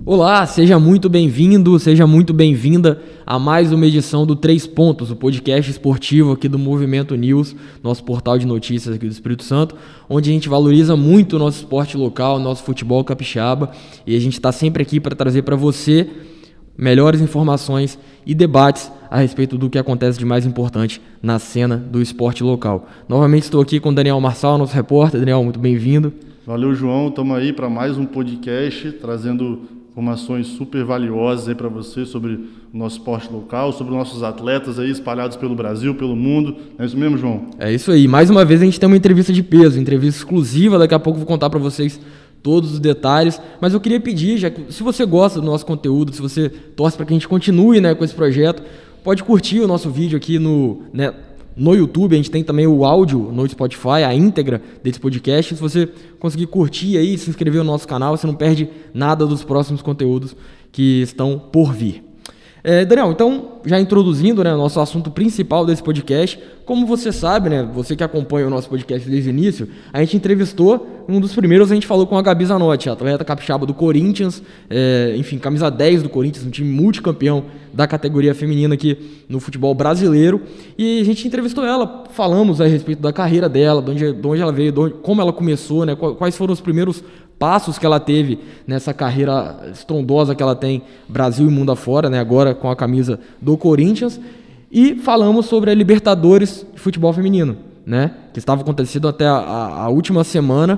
Olá, seja muito bem-vindo, seja muito bem-vinda a mais uma edição do 3 Pontos, o podcast esportivo aqui do Movimento News, nosso portal de notícias aqui do Espírito Santo, onde a gente valoriza muito o nosso esporte local, nosso futebol capixaba, e a gente está sempre aqui para trazer para você melhores informações e debates a respeito do que acontece de mais importante na cena do esporte local. Novamente estou aqui com o Daniel Marçal, nosso repórter. Daniel, muito bem-vindo. Valeu, João. Estamos aí para mais um podcast, trazendo informações super valiosas aí para você sobre o nosso esporte local, sobre os nossos atletas aí espalhados pelo Brasil, pelo mundo. É isso mesmo, João? É isso aí. Mais uma vez a gente tem uma entrevista de peso, entrevista exclusiva. Daqui a pouco eu vou contar para vocês todos os detalhes, mas eu queria pedir, já que se você gosta do nosso conteúdo, se você torce para que a gente continue, com esse projeto, pode curtir o nosso vídeo aqui no YouTube. A gente tem também o áudio no Spotify, a íntegra desse podcast. Se você conseguir curtir aí, se inscrever no nosso canal, você não perde nada dos próximos conteúdos que estão por vir. Daniel, então, já introduzindo o nosso assunto principal desse podcast, como você sabe, você que acompanha o nosso podcast desde o início, a gente entrevistou, um dos primeiros a gente falou com a Gabi Zanotti, atleta capixaba do Corinthians, camisa 10 do Corinthians, um time multicampeão da categoria feminina aqui no futebol brasileiro, e a gente entrevistou ela, falamos a respeito da carreira dela, de onde ela veio, como ela começou, quais foram os primeiros passos que ela teve nessa carreira estrondosa que ela tem Brasil e mundo afora, agora com a camisa do Corinthians, e falamos sobre a Libertadores de futebol feminino, que estava acontecendo até a última semana,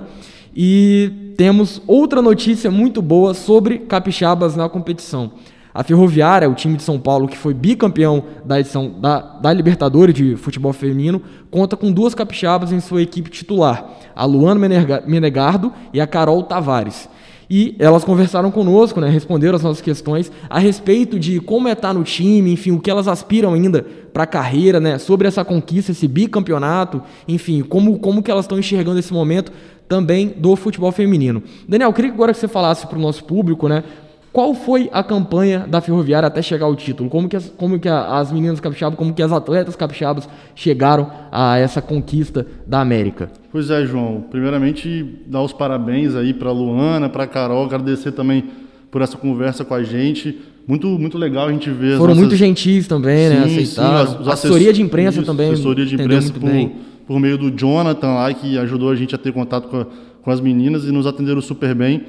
e temos outra notícia muito boa sobre capixabas na competição. A Ferroviária, o time de São Paulo, que foi bicampeão da edição da Libertadores de futebol feminino, conta com 2 capixabas em sua equipe titular, a Luana Menegardo e a Carol Tavares. E elas conversaram conosco, responderam as nossas questões a respeito de como estar no time, enfim, o que elas aspiram ainda para a carreira, sobre essa conquista, esse bicampeonato, enfim, como que elas estão enxergando esse momento também do futebol feminino. Daniel, eu queria agora que você falasse para o nosso público, qual foi a campanha da Ferroviária até chegar ao título? Como que as meninas capixabas, como que as atletas capixabas chegaram a essa conquista da América? Pois é, João. Primeiramente, dar os parabéns aí para a Luana, para a Carol, agradecer também por essa conversa com a gente. Muito, muito legal a gente ver. Foram muito gentis também, aceitaram. Sim, assessoria de imprensa também. Assessoria de imprensa por meio do Jonathan lá, que ajudou a gente a ter contato com as meninas e nos atenderam super bem.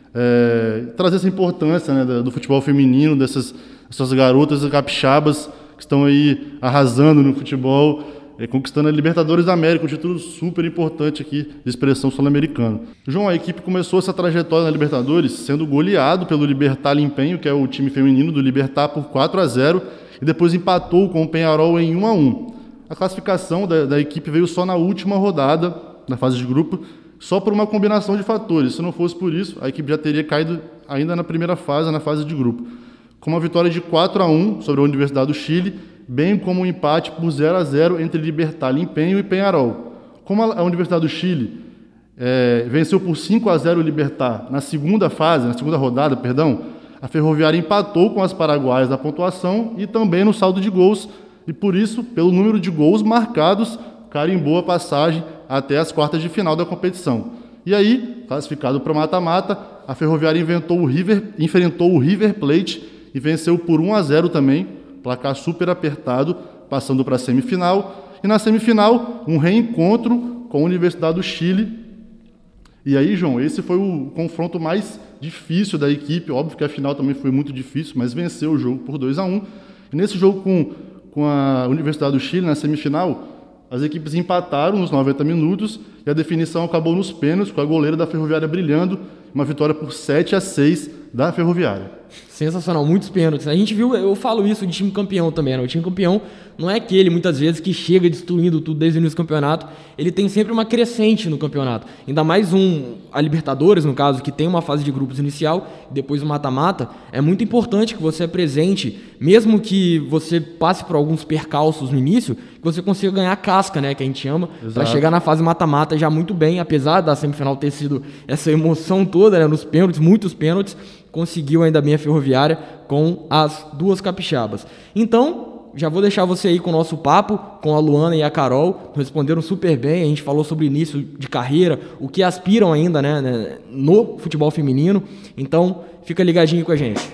Trazer essa importância do futebol feminino, dessas garotas capixabas que estão aí arrasando no futebol, conquistando a Libertadores da América, um título super importante aqui de expressão sul-americana. João, a equipe começou essa trajetória na Libertadores sendo goleado pelo Libertad Empenho, que é o time feminino do Libertad, por 4-0, e depois empatou com o Peñarol em 1-1. A classificação da equipe veio só na última rodada, na fase de grupo, só por uma combinação de fatores. Se não fosse por isso, a equipe já teria caído ainda na primeira fase, na fase de grupo. Com uma vitória de 4-1 sobre a Universidade do Chile, bem como um empate por 0-0 entre Libertad Empenho e Peñarol. Como a Universidade do Chile venceu por 5-0 o Libertad na segunda rodada, a Ferroviária empatou com as paraguaias na pontuação e também no saldo de gols, e por isso, pelo número de gols marcados, carimbou a passagem até as quartas de final da competição. E aí, classificado para o mata-mata, a Ferroviária enfrentou o River Plate e venceu por 1-0 também, placar super apertado, passando para a semifinal. E na semifinal, um reencontro com a Universidade do Chile. E aí, João, esse foi o confronto mais difícil da equipe. Óbvio que a final também foi muito difícil, mas venceu o jogo por 2-1. E nesse jogo com a Universidade do Chile, na semifinal, as equipes empataram nos 90 minutos e a definição acabou nos pênaltis, com a goleira da Ferroviária brilhando, uma vitória por 7-6 da Ferroviária. Sensacional, muitos pênaltis. A gente viu, eu falo isso de time campeão também, O time campeão não é aquele, muitas vezes, que chega destruindo tudo desde o início do campeonato. Ele tem sempre uma crescente no campeonato. Ainda mais a Libertadores, no caso, que tem uma fase de grupos inicial e depois o mata-mata. É muito importante que você apresente, mesmo que você passe por alguns percalços no início, que você consiga ganhar casca, que a gente chama, para chegar na fase mata-mata já muito bem, apesar da semifinal ter sido essa emoção toda, nos pênaltis, muitos pênaltis, conseguiu ainda bem a Ferroviária com as 2 capixabas. Então, já vou deixar você aí com o nosso papo, com a Luana e a Carol, responderam super bem, a gente falou sobre o início de carreira, o que aspiram ainda, né, no futebol feminino, então fica ligadinho com a gente.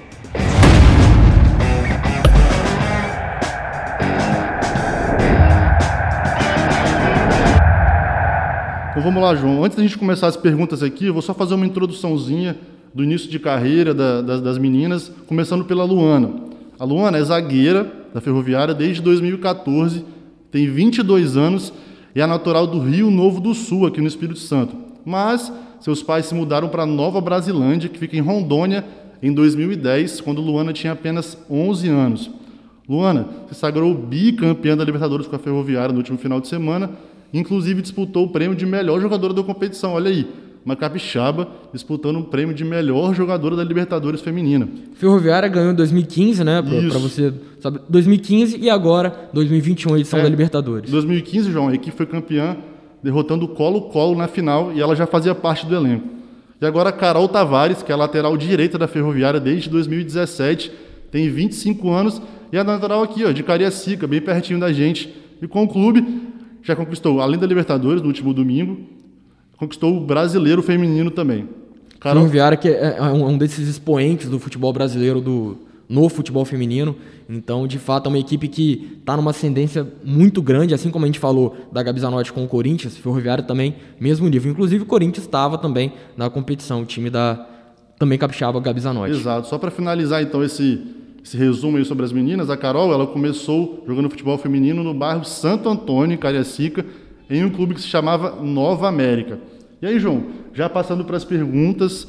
Então vamos lá, João. Antes da gente começar as perguntas aqui, eu vou só fazer uma introduçãozinha do início de carreira das meninas, começando pela Luana. A Luana é zagueira da Ferroviária desde 2014, tem 22 anos e é natural do Rio Novo do Sul, aqui no Espírito Santo. Mas seus pais se mudaram para Nova Brasilândia, que fica em Rondônia, em 2010, quando Luana tinha apenas 11 anos. Luana se sagrou bicampeã da Libertadores com a Ferroviária no último final de semana, inclusive disputou o prêmio de melhor jogadora da competição. Olha aí, uma capixaba disputando o prêmio de melhor jogadora da Libertadores feminina. Ferroviária ganhou em 2015, né? Para você saber, 2015 e agora 2021, edição da Libertadores. 2015, João, a equipe foi campeã, derrotando o Colo-Colo na final e ela já fazia parte do elenco. E agora a Carol Tavares, que é a lateral direita da Ferroviária desde 2017, tem 25 anos e é natural aqui, ó, de Cariacica, bem pertinho da gente. E com o clube já conquistou, além da Libertadores, no último domingo, conquistou o Brasileiro Feminino também. Carol Ferroviária, que é um desses expoentes do futebol brasileiro, no futebol feminino. Então, de fato, é uma equipe que está numa ascendência muito grande, assim como a gente falou da Gabi Zanotti com o Corinthians, Ferroviária também, mesmo nível. Inclusive, o Corinthians estava também na competição, o time da também capixaba Gabi Zanotti. Exato. Só para finalizar, então, esse resumo aí sobre as meninas, a Carol, ela começou jogando futebol feminino no bairro Santo Antônio, em Cariacica, em um clube que se chamava Nova América. E aí, João, já passando para as perguntas,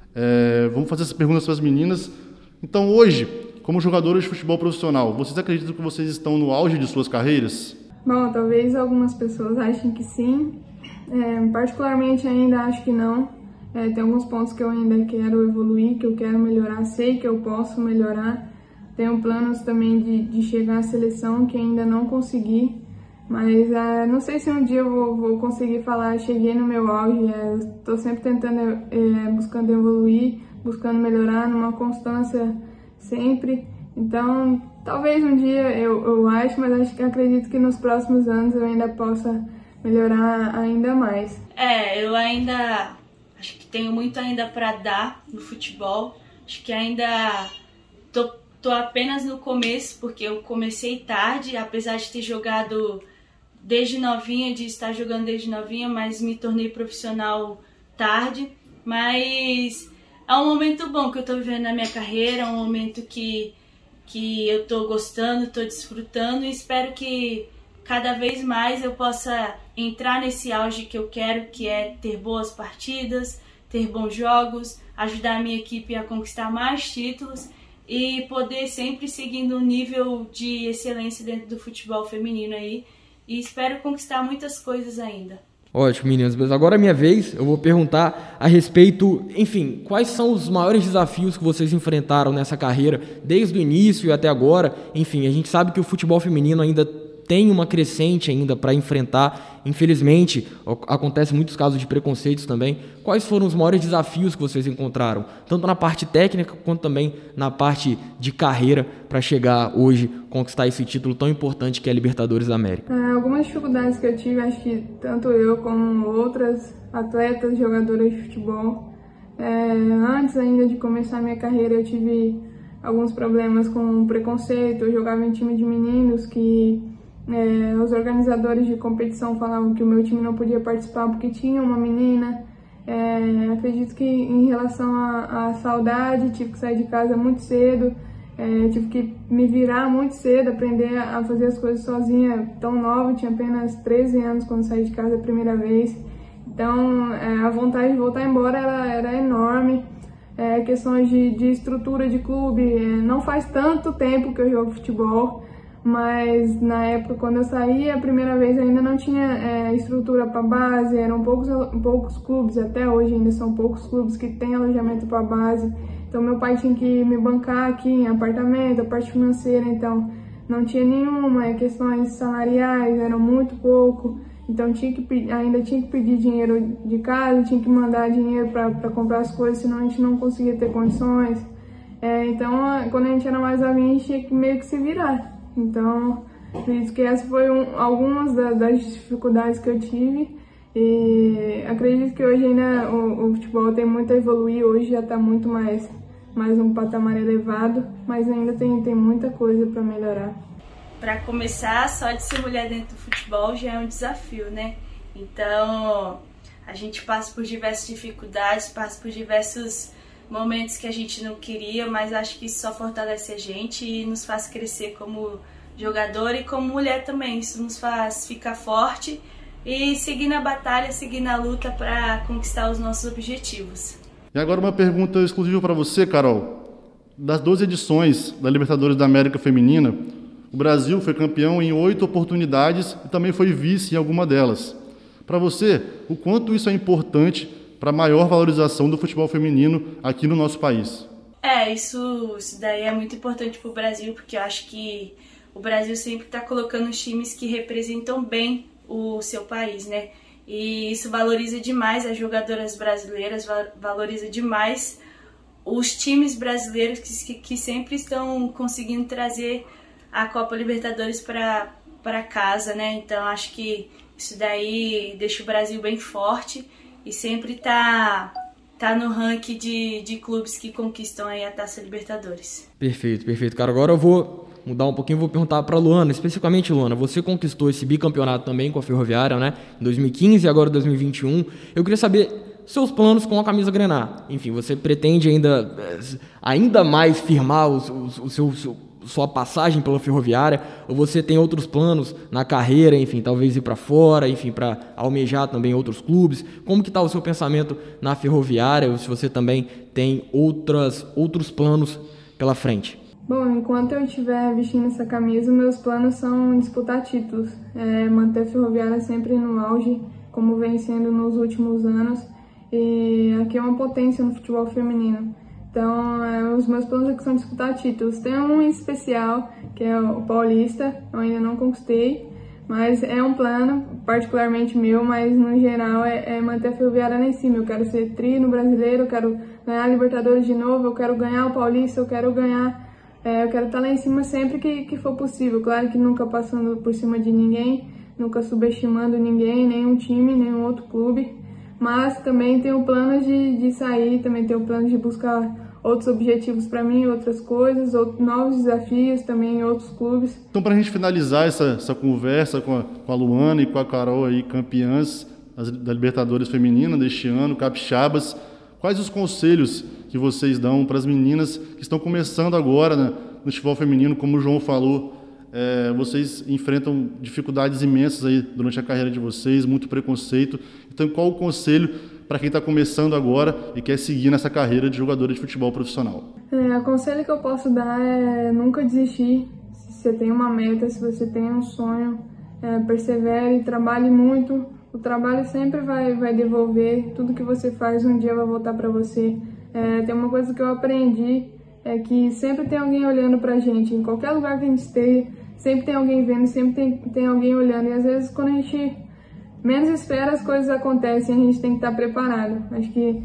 vamos fazer essas perguntas para as meninas. Então, hoje, como jogadoras de futebol profissional, vocês acreditam que vocês estão no auge de suas carreiras? Bom, talvez algumas pessoas achem que sim, particularmente ainda acho que não. Tem alguns pontos que eu ainda quero evoluir, que eu quero melhorar, sei que eu posso melhorar. Tenho planos também de chegar à seleção, que ainda não consegui. Mas não sei se um dia eu vou conseguir falar, cheguei no meu auge. Estou sempre tentando, buscando evoluir, buscando melhorar, numa constância sempre. Então, talvez um dia eu acho, mas acredito que nos próximos anos eu ainda possa melhorar ainda mais. Eu ainda acho que tenho muito ainda para dar no futebol. Acho que ainda tô apenas no começo, porque eu comecei tarde, apesar de ter jogado desde novinha, de estar jogando desde novinha, mas me tornei profissional tarde. Mas é um momento bom que eu tô vivendo na minha carreira, é um momento que eu tô gostando, tô desfrutando e espero que cada vez mais eu possa entrar nesse auge que eu quero, que é ter boas partidas, ter bons jogos, ajudar a minha equipe a conquistar mais títulos e poder sempre seguindo um nível de excelência dentro do futebol feminino aí. E espero conquistar muitas coisas ainda. Ótimo, meninas. Mas agora é minha vez. Eu vou perguntar a respeito, enfim, quais são os maiores desafios que vocês enfrentaram nessa carreira, desde o início e até agora. Enfim, a gente sabe que o futebol feminino ainda tem uma crescente ainda para enfrentar. Infelizmente, acontecem muitos casos de preconceitos também. Quais foram os maiores desafios que vocês encontraram, tanto na parte técnica quanto também na parte de carreira, para chegar hoje, conquistar esse título tão importante que é a Libertadores da América? Algumas dificuldades que eu tive, acho que tanto eu como outras atletas, jogadoras de futebol. Antes ainda de começar a minha carreira, eu tive alguns problemas com preconceito. Eu jogava em time de meninos que os organizadores de competição falavam que o meu time não podia participar porque tinha uma menina. Acredito que em relação à saudade, tive que sair de casa muito cedo, tive que me virar muito cedo, aprender a fazer as coisas sozinha, tão nova, tinha apenas 13 anos quando saí de casa a primeira vez. Então a vontade de voltar embora era enorme. Questões de estrutura de clube, não faz tanto tempo que eu jogo futebol, mas na época quando eu saí a primeira vez ainda não tinha estrutura para base, eram poucos clubes, até hoje ainda são poucos clubes que têm alojamento para base. Então meu pai tinha que me bancar aqui em apartamento, a parte financeira, então não tinha nenhuma, questões salariais eram muito pouco, então ainda tinha que pedir dinheiro de casa, tinha que mandar dinheiro para comprar as coisas, senão a gente não conseguia ter condições. Então quando a gente era mais novinha, a gente tinha que meio que se virar. Então, acredito que essa foi algumas das dificuldades que eu tive. E acredito que hoje ainda o futebol tem muito a evoluir, hoje já está muito mais um patamar elevado, mas ainda tem muita coisa para melhorar. Para começar, só de ser mulher dentro do futebol já é um desafio, né? Então, a gente passa por diversas dificuldades, passa por diversos momentos que a gente não queria, mas acho que isso só fortalece a gente e nos faz crescer como jogador e como mulher também. Isso nos faz ficar forte e seguir na batalha, seguir na luta para conquistar os nossos objetivos. E agora uma pergunta exclusiva para você, Carol. Das 12 edições da Libertadores da América Feminina, o Brasil foi campeão em 8 oportunidades e também foi vice em alguma delas. Para você, o quanto isso é importante para a maior valorização do futebol feminino aqui no nosso país? Isso daí é muito importante para o Brasil, porque eu acho que o Brasil sempre está colocando os times que representam bem o seu país, né? E isso valoriza demais as jogadoras brasileiras, valoriza demais os times brasileiros que sempre estão conseguindo trazer a Copa Libertadores para casa, né? Então acho que isso daí deixa o Brasil bem forte e sempre tá no ranking de clubes que conquistam aí a Taça Libertadores. Perfeito, cara. Agora eu vou mudar um pouquinho, vou perguntar para Luana, especificamente Luana, você conquistou esse bicampeonato também com a Ferroviária, né? Em 2015 e agora em 2021. Eu queria saber seus planos com a camisa grená. Enfim, você pretende ainda mais firmar sua passagem pela Ferroviária, ou você tem outros planos na carreira, enfim, talvez ir para fora, enfim, para almejar também outros clubes? Como que está o seu pensamento na Ferroviária, ou se você também tem outros planos pela frente? Bom, enquanto eu estiver vestindo essa camisa, meus planos são disputar títulos, manter a Ferroviária sempre no auge, como vem sendo nos últimos anos, e aqui é uma potência no futebol feminino. Então, os meus planos aqui são disputar títulos. Tem um em especial, que é o Paulista, eu ainda não conquistei, mas é um plano particularmente meu, mas no geral é manter a Ferroviária lá em cima. Eu quero ser tri no Brasileiro, eu quero ganhar a Libertadores de novo, eu quero ganhar o Paulista, eu quero estar lá em cima sempre que for possível. Claro que nunca passando por cima de ninguém, nunca subestimando ninguém, nenhum time, nenhum outro clube. Mas também tenho plano de sair, também tenho plano de buscar outros objetivos para mim, outras coisas, novos desafios também em outros clubes. Então, para a gente finalizar essa conversa com a Luana e com a Carol, aí, campeãs da Libertadores Feminina deste ano, capixabas, quais os conselhos que vocês dão para as meninas que estão começando agora no futebol feminino? Como o João falou, vocês enfrentam dificuldades imensas aí durante a carreira de vocês, muito preconceito. Então, qual o conselho para quem está começando agora e quer seguir nessa carreira de jogadora de futebol profissional? O conselho que eu posso dar é nunca desistir. Se você tem uma meta, se você tem um sonho, persevere, trabalhe muito. O trabalho sempre vai devolver. Tudo que você faz um dia vai voltar para você. Tem uma coisa que eu aprendi, é que sempre tem alguém olhando pra gente. Em qualquer lugar que a gente esteja, sempre tem alguém vendo, sempre tem alguém olhando. E às vezes, quando a gente menos espera, as coisas acontecem e a gente tem que estar preparado. Acho que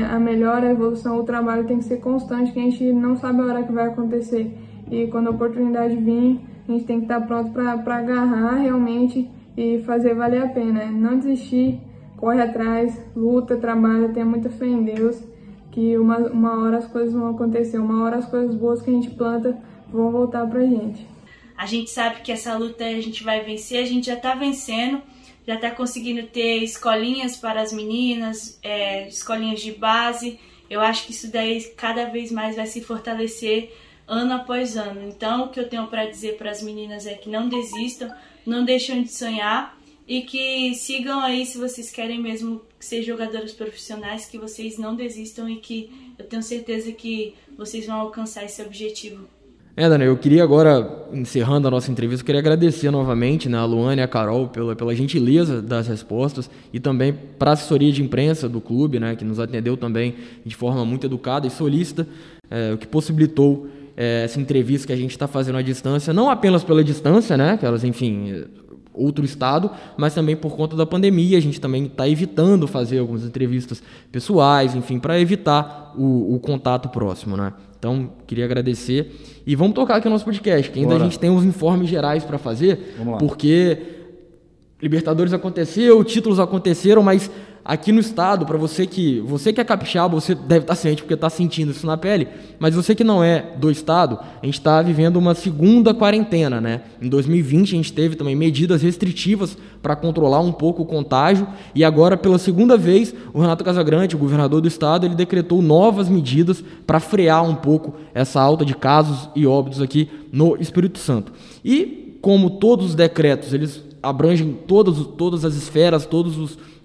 a evolução, o trabalho tem que ser constante, que a gente não sabe a hora que vai acontecer. E quando a oportunidade vir, a gente tem que estar pronto para agarrar realmente e fazer valer a pena. Não desistir, corre atrás, luta, trabalha, tenha muita fé em Deus, que uma hora as coisas vão acontecer, uma hora as coisas boas que a gente planta vão voltar pra gente. A gente sabe que essa luta a gente vai vencer, a gente já tá vencendo, já tá conseguindo ter escolinhas para as meninas, escolinhas de base. Eu acho que isso daí cada vez mais vai se fortalecer ano após ano. Então, o que eu tenho para dizer para as meninas é que não desistam, não deixem de sonhar e que sigam aí, se vocês querem mesmo ser jogadoras profissionais, que vocês não desistam e que eu tenho certeza que vocês vão alcançar esse objetivo. Daniel, eu queria agora, encerrando a nossa entrevista, eu queria agradecer novamente, né, a Luana e a Carol pela gentileza das respostas e também para a assessoria de imprensa do clube, né, que nos atendeu também de forma muito educada e solícita, o que possibilitou essa entrevista que a gente está fazendo à distância, não apenas pela distância, né, que elas, enfim, outro estado, mas também por conta da pandemia. A gente também está evitando fazer algumas entrevistas pessoais, enfim, para evitar o contato próximo, né? Então, queria agradecer. E vamos tocar aqui o nosso podcast, que ainda a gente tem uns informes gerais para fazer, porque Libertadores aconteceu, títulos aconteceram, mas aqui no estado, para você que é capixaba, você deve estar ciente porque está sentindo isso na pele, mas você que não é do estado, a gente está vivendo uma segunda quarentena, né? Em 2020 a gente teve também medidas restritivas para controlar um pouco o contágio e agora pela segunda vez o Renato Casagrande, o governador do estado, ele decretou novas medidas para frear um pouco essa alta de casos e óbitos aqui no Espírito Santo. E como todos os decretos, eles abrangem todas as esferas, todos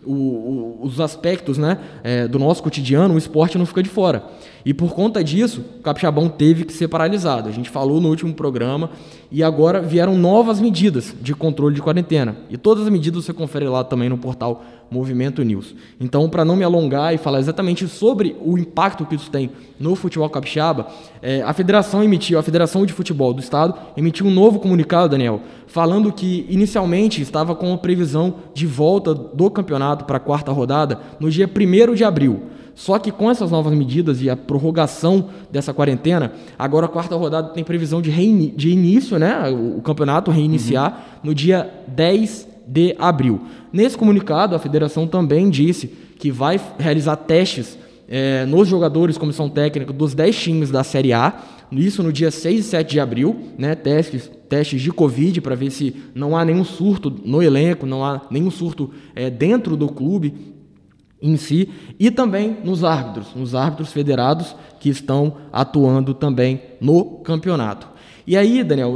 os aspectos, né, do nosso cotidiano, o esporte não fica de fora. E por conta disso, o Capixabão teve que ser paralisado. A gente falou no último programa e agora vieram novas medidas de controle de quarentena. E todas as medidas você confere lá também no portal Movimento News. Então, para não me alongar e falar exatamente sobre o impacto que isso tem no futebol capixaba, a Federação de Futebol do Estado emitiu um novo comunicado, Daniel, falando que inicialmente estava com a previsão de volta do campeonato para a quarta rodada no dia 1º de abril. Só que com essas novas medidas e a prorrogação dessa quarentena, agora a quarta rodada tem previsão de início, né? O campeonato reiniciar no dia 10 de abril. Nesse comunicado, a federação também disse que vai realizar testes nos jogadores, comissão técnica dos 10 times da Série A, isso no dia 6 e 7 de abril, né? Testes de Covid para ver se não há nenhum surto no elenco, não há nenhum surto dentro do clube em si, e também nos árbitros federados que estão atuando também no campeonato. E aí, Daniel,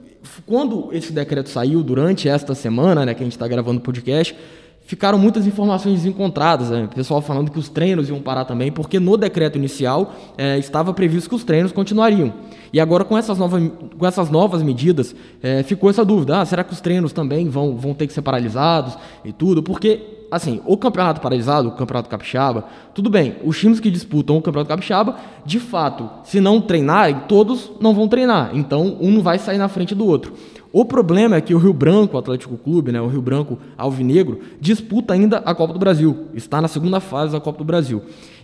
quando esse decreto saiu durante esta semana, né, que a gente está gravando o podcast, ficaram muitas informações desencontradas, né? O pessoal falando que os treinos iam parar também, porque no decreto inicial estava previsto que os treinos continuariam. E agora com essas novas medidas ficou essa dúvida, será que os treinos também vão ter que ser paralisados e tudo? Porque assim, o campeonato paralisado, o campeonato capixaba, tudo bem, os times que disputam o campeonato capixaba, de fato, se não treinarem, todos não vão treinar, então um não vai sair na frente do outro. O problema é que o Rio Branco Atlético Clube, né, o Rio Branco Alvinegro, disputa ainda a Copa do Brasil, está na segunda fase da Copa do Brasil.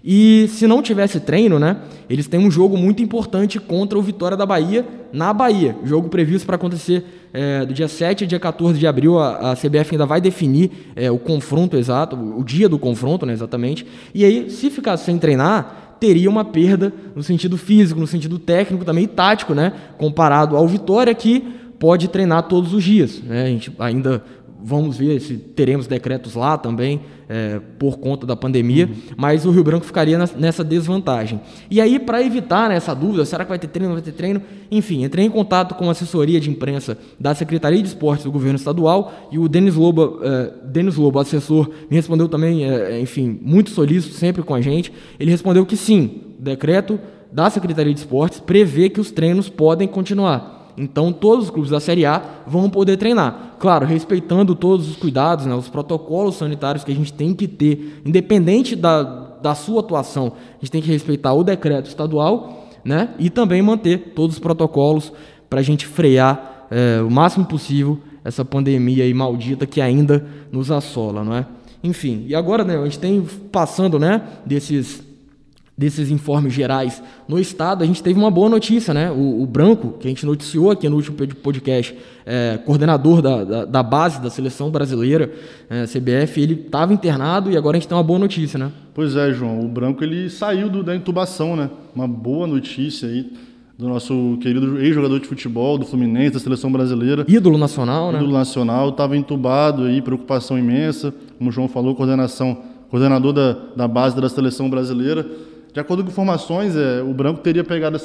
E se não tivesse treino, né, eles têm um jogo muito importante contra o Vitória da Bahia, na Bahia. Jogo previsto para acontecer do dia 7 a dia 14 de abril. A CBF ainda vai definir o confronto exato, o dia do confronto, né, exatamente. E aí, se ficar sem treinar, teria uma perda no sentido físico, no sentido técnico também e tático, né, comparado ao Vitória, que pode treinar todos os dias, né? A gente ainda vamos ver se teremos decretos lá também por conta da pandemia, mas o Rio Branco ficaria nessa desvantagem. E aí, para evitar, né, essa dúvida, será que vai ter treino, não vai ter treino? Enfim, entrei em contato com a assessoria de imprensa da Secretaria de Esportes do Governo Estadual e o Denis Lobo, assessor, me respondeu também, enfim, muito solícito, sempre com a gente. Ele respondeu que sim, o decreto da Secretaria de Esportes prevê que os treinos podem continuar. Então, todos os clubes da Série A vão poder treinar. Claro, respeitando todos os cuidados, né, os protocolos sanitários que a gente tem que ter, independente da sua atuação, a gente tem que respeitar o decreto estadual, né, e também manter todos os protocolos para a gente frear o máximo possível essa pandemia aí maldita que ainda nos assola, não é? Enfim, e agora, né, a gente tem passando, né, desses informes gerais no estado, a gente teve uma boa notícia, né? O Branco, que a gente noticiou aqui no último podcast, coordenador da base da seleção brasileira, CBF, ele estava internado e agora a gente tem uma boa notícia, né? Pois é, João, o Branco ele saiu da intubação, né? Uma boa notícia aí do nosso querido ex-jogador de futebol, do Fluminense, da seleção brasileira. Ídolo nacional, né? Ídolo nacional, estava entubado aí, preocupação imensa, como o João falou, coordenador da base da seleção brasileira. De acordo com informações, o Branco teria pegado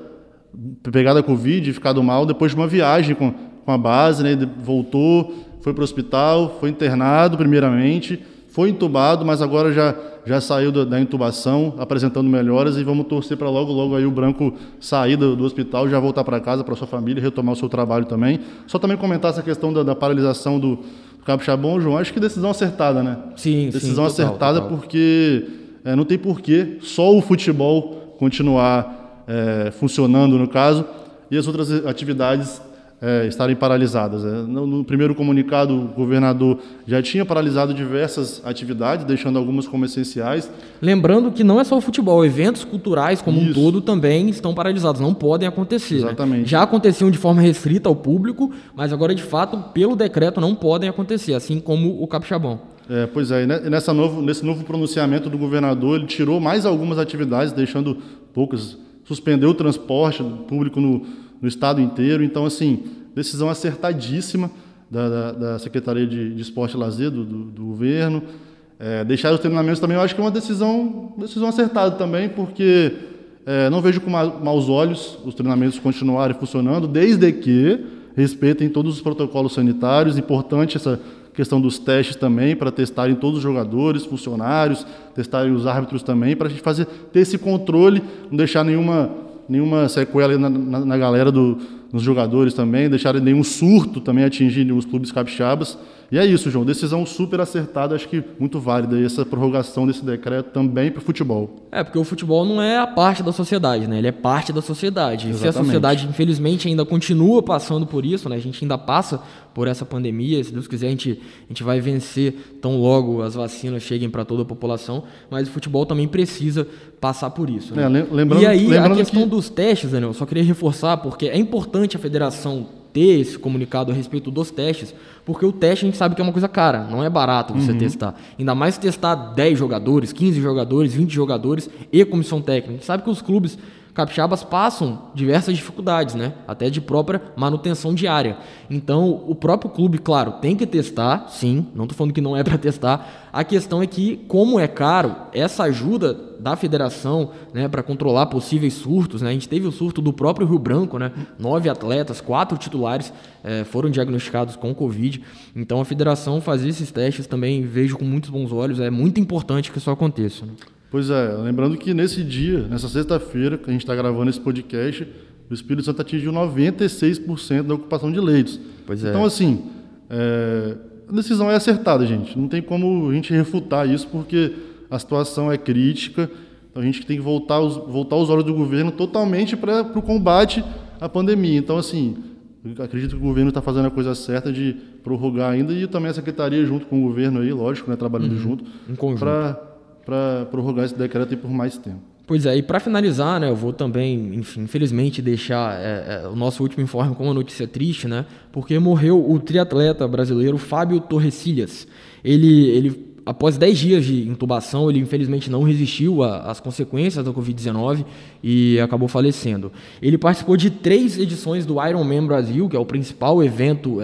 a Covid e ficado mal depois de uma viagem com a base, né? Ele voltou, foi para o hospital, foi internado primeiramente, foi entubado, mas agora já saiu da intubação, apresentando melhoras, e vamos torcer para logo aí o Branco sair do hospital, já voltar para casa, para sua família, retomar o seu trabalho também. Só também comentar essa questão da paralisação do Capixabão, João, acho que decisão acertada, né? Sim, decisão total, acertada total. Porque não tem porquê só o futebol continuar funcionando, no caso, e as outras atividades estarem paralisadas. No primeiro comunicado, o governador já tinha paralisado diversas atividades, deixando algumas como essenciais. Lembrando que não é só o futebol, eventos culturais como um todo também estão paralisados, não podem acontecer. Exatamente. Né? Já aconteciam de forma restrita ao público, mas agora, de fato, pelo decreto, não podem acontecer, assim como o Capixabão. Pois é, e nesse novo pronunciamento do governador, ele tirou mais algumas atividades, deixando poucas, suspendeu o transporte público no estado inteiro. Então, assim, decisão acertadíssima da Secretaria de Esporte e Lazer, do governo. Deixar os treinamentos também, eu acho que é uma decisão acertada também, porque não vejo com maus olhos os treinamentos continuarem funcionando, desde que respeitem todos os protocolos sanitários. Importante essa questão dos testes também, para testarem todos os jogadores, funcionários, testarem os árbitros também, para a gente ter esse controle, não deixar nenhuma sequela na galera nos jogadores também, deixar nenhum surto também atingir os clubes capixabas. E é isso, João, decisão super acertada, acho que muito válida, e essa prorrogação desse decreto também para o futebol. Porque o futebol não é a parte da sociedade, né? Ele é parte da sociedade. Exatamente. Se a sociedade, infelizmente, ainda continua passando por isso, né? A gente ainda passa por essa pandemia, se Deus quiser a gente vai vencer tão logo as vacinas cheguem para toda a população, mas o futebol também precisa passar por isso. Né? E aí, a questão dos testes, Daniel, eu só queria reforçar, porque é importante a federação ter esse comunicado a respeito dos testes, porque o teste a gente sabe que é uma coisa cara, não é barato você testar. Ainda mais testar 10 jogadores, 15 jogadores, 20 jogadores e comissão técnica. A gente sabe que os clubes capixabas passam diversas dificuldades, né? Até de própria manutenção diária. Então, o próprio clube, claro, tem que testar, sim, não estou falando que não é para testar. A questão é que, como é caro, essa ajuda da federação, né, para controlar possíveis surtos, né? A gente teve o surto do próprio Rio Branco, né? 9 atletas, 4 titulares foram diagnosticados com Covid. Então, a federação fazer esses testes também vejo com muitos bons olhos. É muito importante que isso aconteça, né? Pois lembrando que nessa sexta-feira, que a gente está gravando esse podcast, o Espírito Santo atingiu 96% da ocupação de leitos. Então, assim, a decisão é acertada, gente. Não tem como a gente refutar isso, porque a situação é crítica. Então, a gente tem que voltar os olhos do governo totalmente para o combate à pandemia. Então, assim, eu acredito que o governo está fazendo a coisa certa de prorrogar ainda, e também a secretaria junto com o governo aí, lógico, né, trabalhando junto, em conjunto, para prorrogar esse decreto aí por mais tempo. Pois é, e para finalizar, né, eu vou também, enfim, infelizmente deixar o nosso último informe com uma notícia triste, né, porque morreu o triatleta brasileiro Fábio Torrecilhas. Ele após 10 dias de intubação, ele infelizmente não resistiu às consequências da Covid-19 e acabou falecendo. Ele participou de 3 edições do Ironman Brasil, que é o principal evento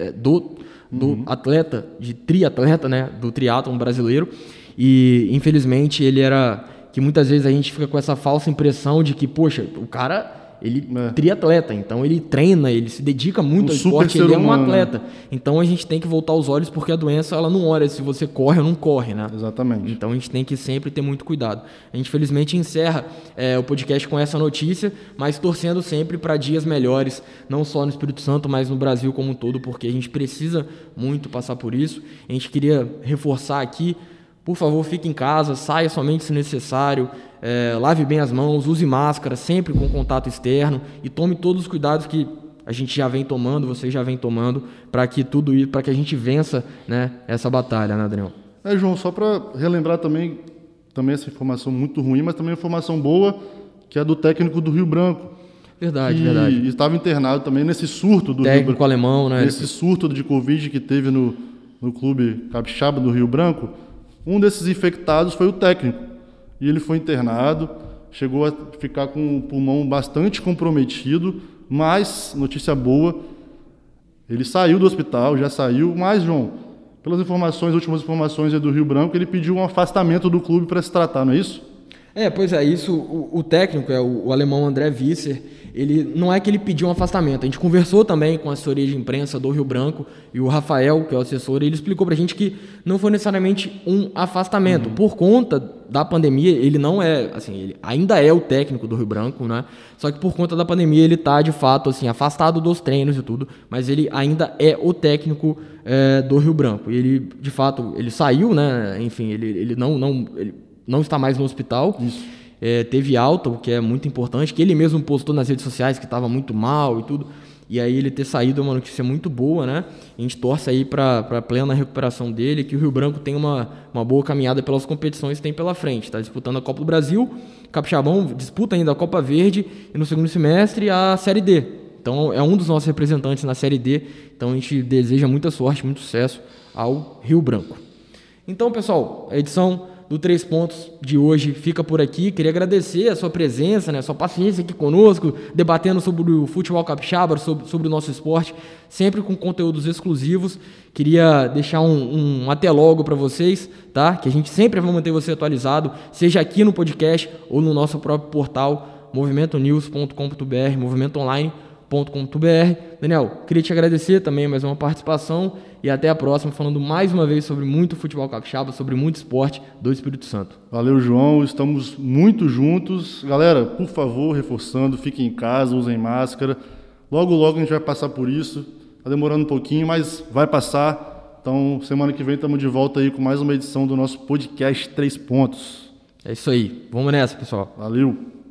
do atleta, de triatleta, né, do triatlon brasileiro. E, infelizmente, que muitas vezes a gente fica com essa falsa impressão de que, poxa, o cara, ele é triatleta, então ele treina, ele se dedica muito ao esporte, ele é um atleta. Então a gente tem que voltar os olhos, porque a doença, ela não olha se você corre ou não corre, né? Exatamente. Então a gente tem que sempre ter muito cuidado. A gente, felizmente, encerra o podcast com essa notícia, mas torcendo sempre para dias melhores, não só no Espírito Santo, mas no Brasil como um todo, porque a gente precisa muito passar por isso. A gente queria reforçar aqui: por favor, fique em casa, saia somente se necessário, lave bem as mãos, use máscara, sempre com contato externo, e tome todos os cuidados que a gente já vem tomando, vocês já vem tomando, para que a gente vença, né, essa batalha, né, Daniel? João, só para relembrar também essa informação muito ruim, mas também informação boa, que é do técnico do Rio Branco. Verdade. E estava internado também nesse surto do técnico Rio Branco, alemão, né? Nesse surto de Covid que teve no clube capixaba do Rio Branco. Um desses infectados foi o técnico, e ele foi internado, chegou a ficar com o pulmão bastante comprometido, mas, notícia boa, ele saiu do hospital, já saiu, mas, João, pelas últimas informações do Rio Branco, ele pediu um afastamento do clube para se tratar, não é isso? Pois é, isso, o técnico, o alemão André Visser, ele não é que ele pediu um afastamento. A gente conversou também com a assessoria de imprensa do Rio Branco, e o Rafael, que é o assessor, ele explicou pra gente que não foi necessariamente um afastamento. Por conta da pandemia, ele não é, assim, ele ainda é o técnico do Rio Branco, né? Só que por conta da pandemia ele tá, de fato, assim, afastado dos treinos e tudo, mas ele ainda é o técnico do Rio Branco. E ele, de fato, ele saiu, né? Enfim, ele não está mais no hospital. Teve alta, o que é muito importante, que ele mesmo postou nas redes sociais que estava muito mal e tudo. E aí ele ter saído é uma notícia muito boa, né? A gente torce aí para plena recuperação dele, que o Rio Branco tem uma boa caminhada pelas competições que tem pela frente. Tá disputando a Copa do Brasil, Capixabão disputa ainda a Copa Verde e no segundo semestre a Série D. Então é um dos nossos representantes na Série D. Então a gente deseja muita sorte, muito sucesso ao Rio Branco. Então, pessoal, a edição do 3 Pontos de hoje fica por aqui. Queria agradecer a sua presença, né, a sua paciência aqui conosco, debatendo sobre o futebol capixaba, sobre o nosso esporte, sempre com conteúdos exclusivos. Queria deixar um até logo para vocês, tá? Que a gente sempre vai manter você atualizado, seja aqui no podcast ou no nosso próprio portal movimentonews.com.br, movimentoonline.com.br. Daniel, queria te agradecer também mais uma participação e até a próxima, falando mais uma vez sobre muito futebol capixaba, sobre muito esporte do Espírito Santo. Valeu, João, estamos muito juntos. Galera, por favor, reforçando, fiquem em casa, usem máscara. Logo, logo a gente vai passar por isso. Tá demorando um pouquinho, mas vai passar. Então, semana que vem estamos de volta aí com mais uma edição do nosso podcast 3 Pontos. É isso aí. Vamos nessa, pessoal. Valeu.